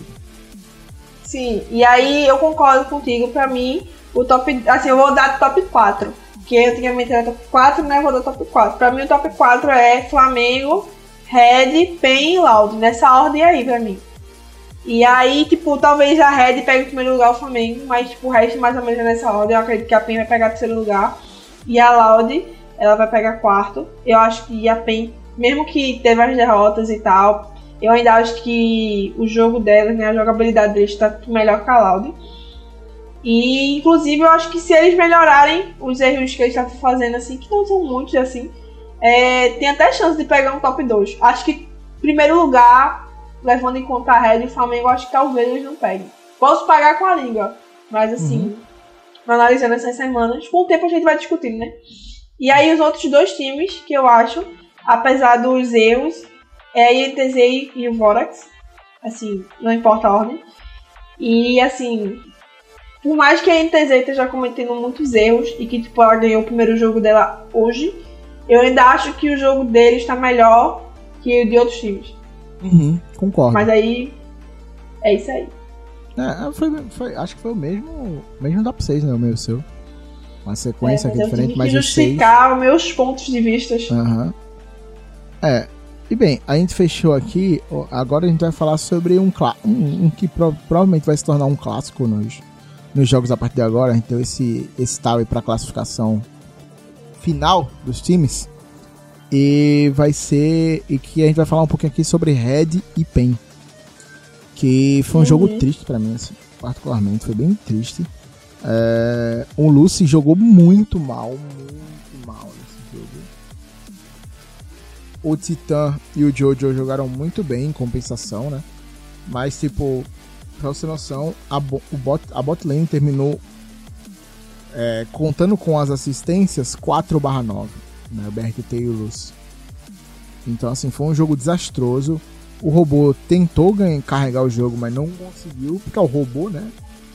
Sim, e aí eu concordo contigo, pra mim, o top... Assim, eu vou dar top 4. Porque antigamente era top 4, né? Eu vou dar top 4. Pra mim, o top 4 é Flamengo, Red, PEN e Loud. Nessa ordem aí, pra mim. E aí, tipo, talvez a Red pegue em primeiro lugar o Flamengo, mas, tipo, o resto mais ou menos é nessa ordem. Eu acredito que a PEN vai pegar terceiro lugar. E a Loud, ela vai pegar quarto. Eu acho que a PEN, mesmo que teve as derrotas e tal, eu ainda acho que o jogo delas, né, a jogabilidade deles tá melhor que a Loud. E, inclusive, eu acho que se eles melhorarem os erros que eles estão fazendo, assim, que não são muitos, assim, tem até chance de pegar um top 2. Acho que, em primeiro lugar, levando em conta a Red e o Flamengo, acho que talvez eles não peguem. Posso pagar com a língua, mas, assim, analisando essas semanas, com o tempo a gente vai discutindo, né? E aí, os outros dois times que eu acho, apesar dos erros, é a INTZ e o Vorax. Assim, não importa a ordem. E, assim... Por mais que a NTZ esteja cometendo muitos erros e que tipo, ela ganhou o primeiro jogo dela hoje, eu ainda acho que o jogo dele está melhor que o de outros times. Concordo. Mas aí, é isso aí. Acho que foi o mesmo top 6, né? O meu seu. Uma sequência aqui diferente, mas justificar os meus pontos de vista. E bem, a gente fechou aqui. Agora a gente vai falar sobre um que provavelmente vai se tornar um clássico nos jogos a partir de agora. A gente deu esse tal aí pra classificação final dos times. E que a gente vai falar um pouquinho aqui sobre Red e PEN. Que foi um jogo triste pra mim, assim, particularmente. Foi bem triste. O Lucy jogou muito mal nesse jogo. O Titã e o Jojo jogaram muito bem em compensação, né? Mas, tipo... Pra você ter noção, a bot lane terminou contando com as assistências 4/9, né, o BRTT e o Lucy. Então, assim, foi um jogo desastroso. O robô tentou carregar o jogo, mas não conseguiu, porque é o robô, né?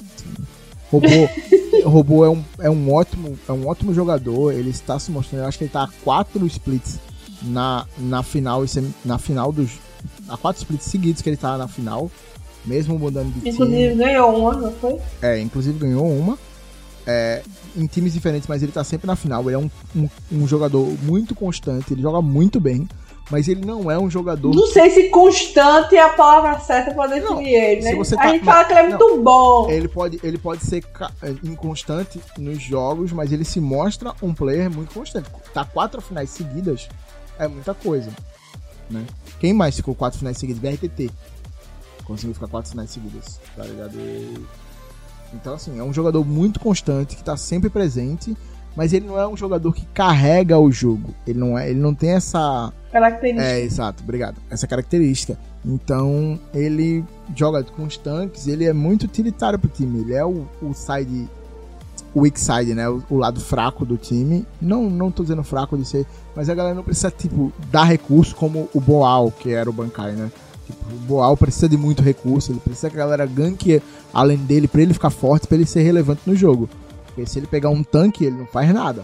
O robô é um ótimo jogador. Ele está se mostrando, eu acho que ele está a 4 splits na final dos... Há 4 splits seguidos que ele está na final. Mesmo mudando de time. Inclusive ganhou uma, não foi? Inclusive ganhou uma. Em times diferentes, mas ele tá sempre na final. Ele é um jogador muito constante, ele joga muito bem, mas ele não é um jogador... Não sei se constante é a palavra certa pra definir ele, né? A gente fala que ele é muito bom. Ele pode ser inconstante nos jogos, mas ele se mostra um player muito constante. Tá 4 finais seguidas, é muita coisa, né? Quem mais ficou 4 finais seguidas? BRTT. Conseguiu ficar 4 finais seguidas, tá ligado? Então, assim, é um jogador muito constante, que tá sempre presente, mas ele não é um jogador que carrega o jogo. Ele não tem essa... característica. Exato, obrigado. Essa característica. Então, ele joga com os tanques, ele é muito utilitário pro time. Ele é o weak side, né? O lado fraco do time. Não tô dizendo fraco de ser, mas a galera não precisa, tipo, dar recurso como o Boal, que era o Bankai, né? O Boal precisa de muito recurso, ele precisa que a galera ganke além dele pra ele ficar forte, pra ele ser relevante no jogo. Porque se ele pegar um tanque, ele não faz nada.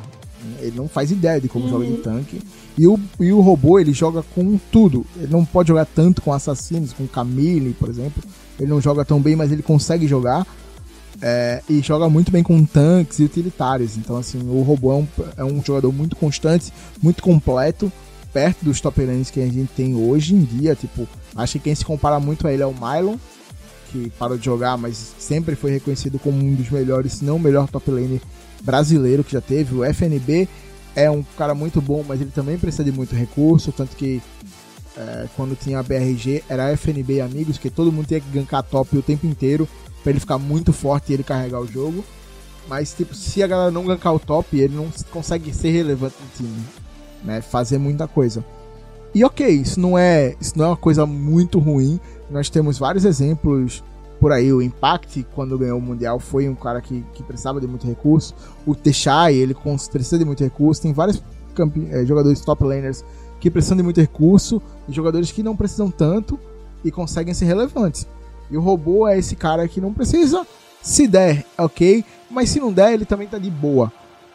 Ele não faz ideia de como joga de tanque. E o robô, ele joga com tudo. Ele não pode jogar tanto com assassinos, com Camille, por exemplo. Ele não joga tão bem, mas ele consegue jogar. E joga muito bem com tanques e utilitários. Então, assim, o robô é um jogador muito constante, muito completo, perto dos top lanes que a gente tem hoje em dia. Tipo, acho que quem se compara muito a ele é o Mylon, que parou de jogar, mas sempre foi reconhecido como um dos melhores, se não o melhor top laner brasileiro que já teve. O FNB é um cara muito bom, mas ele também precisa de muito recurso, tanto que quando tinha a BRG era FNB e amigos, que todo mundo tinha que gankar top o tempo inteiro pra ele ficar muito forte e ele carregar o jogo. Mas tipo, se a galera não gankar o top, ele não consegue ser relevante no time, né? Fazer muita coisa. E ok, isso não é uma coisa muito ruim. Nós temos vários exemplos por aí. O Impact, quando ganhou o Mundial, foi um cara que precisava de muito recurso. O Techai, ele precisa de muito recurso. Tem vários jogadores top laners que precisam de muito recurso e jogadores que não precisam tanto e conseguem ser relevantes. E o robô é esse cara que não precisa, se der, ok, mas se não der, ele também tá de boa.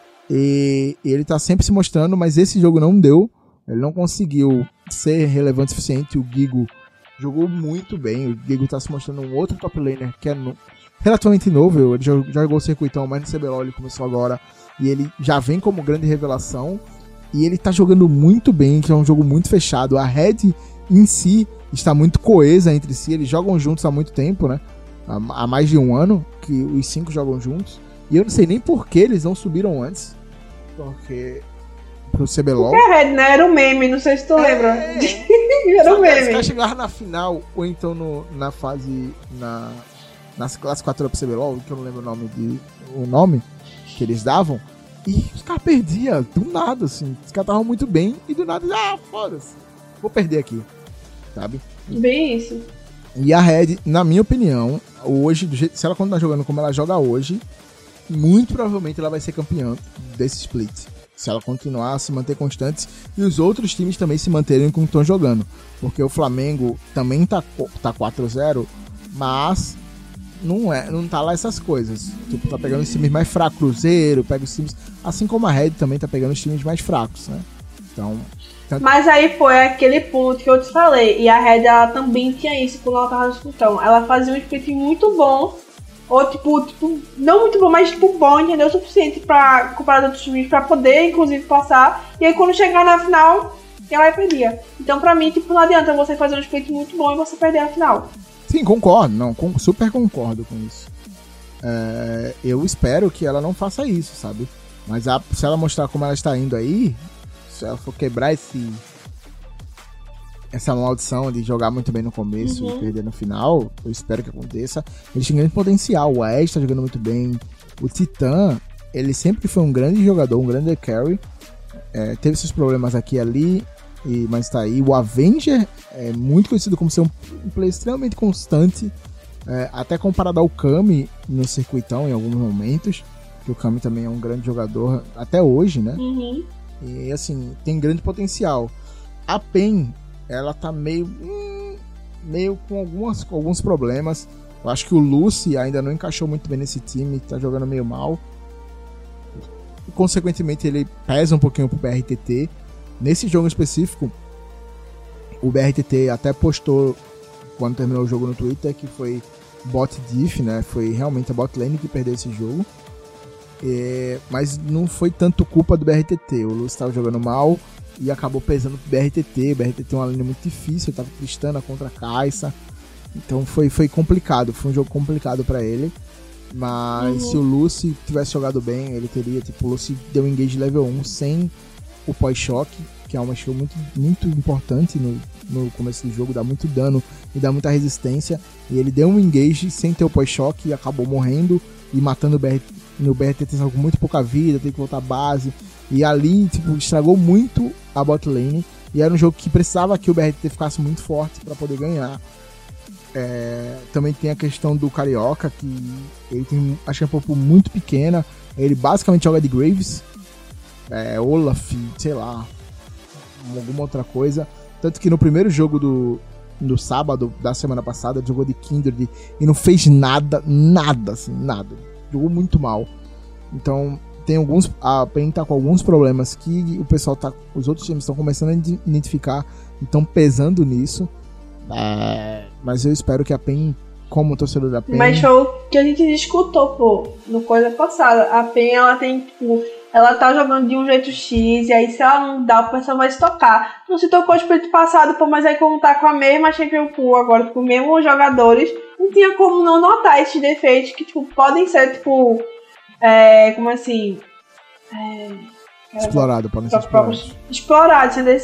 E ele tá sempre se mostrando, mas esse jogo não deu. Ele não conseguiu ser relevante o suficiente. O Gigo jogou muito bem. O Gigo tá se mostrando um outro top laner que é relativamente novo. Ele já jogou o circuitão, mas no CBLOL ele começou agora. E ele já vem como grande revelação. E ele tá jogando muito bem, que é um jogo muito fechado. A Red em si está muito coesa entre si. Eles jogam juntos há muito tempo, né? Há mais de um ano que os 5 jogam juntos. E eu não sei nem por que eles não subiram antes. Porque pro CBLOL. Porque a Red, né? Era um meme, não sei se tu lembra. Era um meme. Se vai chegar na final, ou então na fase. Nas classificatórias pro CBLOL, que eu não lembro o nome que eles davam. E os caras perdiam do nada, assim. Os caras estavam muito bem e do nada, foda-se. Vou perder aqui. Sabe? Bem isso. E a Red, na minha opinião, hoje, se ela continuar jogando como ela joga hoje, muito provavelmente ela vai ser campeã desse split. Se ela continuar a se manter constante e os outros times também se manterem como estão jogando. Porque o Flamengo também tá 4-0, mas não tá lá essas coisas. Tipo, tá pegando os times mais fracos, Cruzeiro, pega os times... Assim como a Red também tá pegando os times mais fracos, né? Então... Mas aí foi aquele ponto que eu te falei. E a Red, ela também tinha isso quando ela tava no escutão. Ela fazia um split muito bom. Ou tipo, não muito bom, mas tipo bom, entendeu? O suficiente pra comparar outros times pra poder, inclusive, passar. E aí quando chegar na final, ela perdia. Então pra mim, tipo, não adianta você fazer um split muito bom e você perder a final. Sim, concordo. Não, super concordo com isso. Eu espero que ela não faça isso, sabe? Mas se ela mostrar como ela está indo aí, se ela for quebrar essa maldição de jogar muito bem no começo e perder no final, eu espero que aconteça. Eles têm grande potencial. O Ash tá jogando muito bem. O Titã, ele sempre foi um grande jogador, um grande carry. Teve seus problemas aqui e ali, mas tá aí. O Avenger é muito conhecido como ser um player extremamente constante, até comparado ao Kami no circuitão em alguns momentos, que o Kami também é um grande jogador até hoje, né? E assim, tem grande potencial. A PEN, ela tá meio com alguns problemas. Eu acho que o Lucy ainda não encaixou muito bem nesse time, tá jogando meio mal. E, consequentemente, ele pesa um pouquinho pro BRTT. Nesse jogo específico, o BRTT até postou, quando terminou o jogo no Twitter, que foi bot diff, né? Foi realmente a bot lane que perdeu esse jogo. Mas não foi tanto culpa do BRTT. O Lucy estava jogando mal e acabou pesando pro BRTT. O BRTT é uma linha muito difícil, ele tava Tristana contra a Kai'Sa. Então foi complicado, foi um jogo complicado pra ele. Mas se o Lucy tivesse jogado bem, ele teria, tipo, o Lucy deu engage level 1 sem o pós-choque, que é uma skill muito, muito importante no começo do jogo, dá muito dano e dá muita resistência. E ele deu um engage sem ter o pós-choque e acabou morrendo e matando o BRTT. No BRTT com muito pouca vida, tem que voltar à base. E ali, tipo, estragou muito a bot lane. E era um jogo que precisava que o BRTT ficasse muito forte para poder ganhar. Também tem a questão do Carioca, que ele tem a champopo muito pequena. Ele basicamente joga de Graves, Olaf, sei lá, alguma outra coisa. Tanto que no primeiro jogo do sábado da semana passada, ele jogou de Kindred e não fez nada, assim, nada. Jogou muito mal. Então A PEN tá com alguns problemas que os outros times estão começando a identificar e estão pesando nisso. Mas eu espero que a PEN, como torcedor da PEN... Mas foi o que a gente discutiu, pô, no coisa passada. A PEN, ela tem, tipo... Ela tá jogando de um jeito X, e aí se ela não dá, o pessoal vai se tocar. Não se tocou o espírito passado, pô, mas aí como tá com a mesma Champion Pool agora, com os mesmos jogadores, não tinha como não notar esses defeitos que, tipo, podem ser, tipo... como assim... podem ser explorados, entendeu?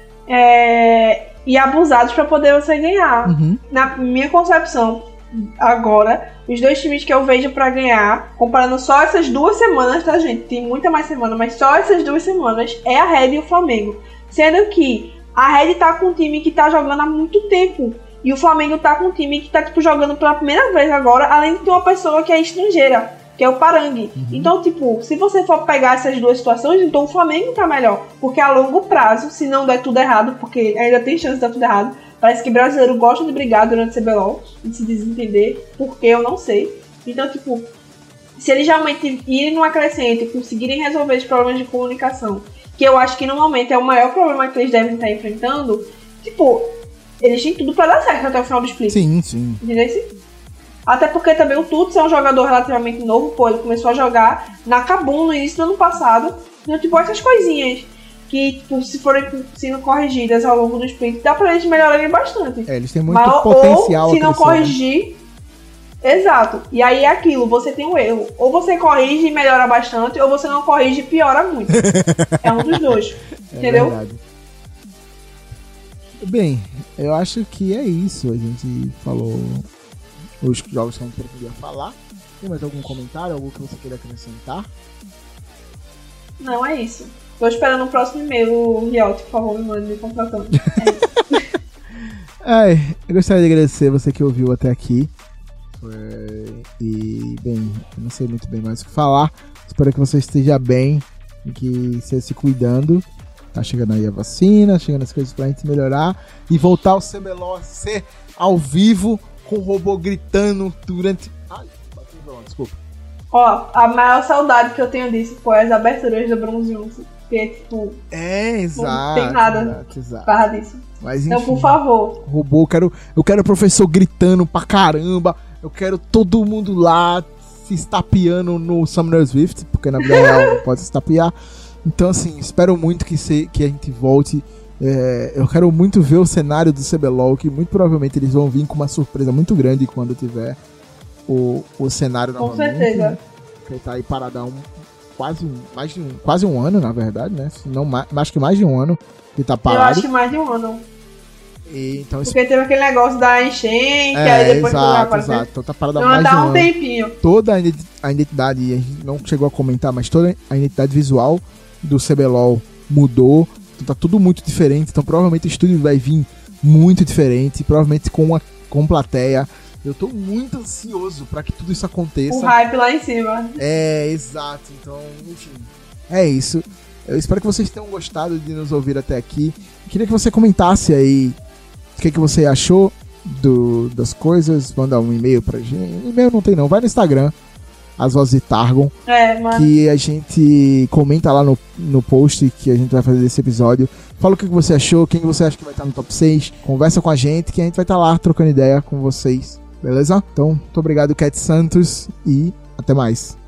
E abusados pra poder você ganhar. Uhum. Na minha concepção, agora, os dois times que eu vejo pra ganhar, comparando só essas 2 semanas, tá, gente? Tem muita mais semana, mas só essas 2 semanas é a Red e o Flamengo. Sendo que a Red tá com um time que tá jogando há muito tempo. E o Flamengo tá com um time que tá, tipo, jogando pela primeira vez agora, além de ter uma pessoa que é estrangeira, que é o Parangue. Uhum. Então, tipo, se você for pegar essas 2 situações, então o Flamengo tá melhor. Porque a longo prazo, se não der tudo errado, porque ainda tem chance de dar tudo errado, parece que brasileiro gosta de brigar durante o CBLOL e de se desentender, porque eu não sei. Então, tipo, se eles realmente irem numa crescente e conseguirem resolver os problemas de comunicação, que eu acho que no momento é o maior problema que eles devem estar enfrentando, tipo, eles têm tudo pra dar certo até o final do split. Sim. Entendeu? Até porque também o Tuts é um jogador relativamente novo, pô, ele começou a jogar na Kabum no início do ano passado. Então, tipo, essas coisinhas que, tipo, se forem sendo corrigidas ao longo do split, dá pra eles melhorarem bastante. Eles têm muito potencial. Ou se não corrigir... Exato. E aí é aquilo, você tem um erro. Ou você corrige e melhora bastante, ou você não corrige e piora muito. É um dos dois. Entendeu? Verdade. Bem, eu acho que é isso. A gente falou os jogos que a gente pretendia falar. Tem mais algum comentário, algo que você queira acrescentar? Não, é isso. Tô esperando o próximo e-mail, Riot, por favor, me mande me contratando. Eu gostaria de agradecer você que ouviu até aqui. E, bem, eu não sei muito bem mais o que falar. Espero que você esteja bem e que esteja se cuidando. Tá chegando aí a vacina, chegando as coisas pra gente melhorar e voltar ao CBLOL a ser ao vivo com o robô gritando durante... Ai, bati no desculpa. Ó, a maior saudade que eu tenho disso foi as aberturas do Bronze 11. Porque, tipo... exato. Não tem nada barra disso. Mas, enfim, então, por favor. Robô, eu quero o professor gritando pra caramba. Eu quero todo mundo lá se estapeando no Summoner's Rift, porque na vida real não pode se estapear. Então, assim, espero muito que a gente volte. Eu quero muito ver o cenário do CBLOL, que muito provavelmente eles vão vir com uma surpresa muito grande quando tiver o cenário novamente. Com certeza. Que tá aí paradão quase um ano, na verdade, né? Se não, acho que mais de um ano que tá parado. Eu acho que mais de um ano. Então, porque teve aquele negócio da enchente, aí depois exato. Então tá parado há mais de um ano. Tempinho. Toda a identidade, a gente não chegou a comentar, mas toda a identidade visual do CBLOL mudou. Então tá tudo muito diferente. Então provavelmente o estúdio vai vir muito diferente, provavelmente com plateia. Eu tô muito ansioso pra que tudo isso aconteça. O hype lá em cima. Exato. Então, enfim, é isso. Eu espero que vocês tenham gostado de nos ouvir até aqui. Queria que você comentasse aí o que você achou das coisas. Manda um e-mail pra gente. E-mail não tem não, vai no Instagram, As Vozes de Targon, mano. Que a gente comenta lá no post que a gente vai fazer desse episódio. Fala o que você achou, quem você acha que vai estar no top 6. Conversa com a gente, que a gente vai estar lá trocando ideia com vocês. Beleza? Então, muito obrigado, Cat Santos, e até mais.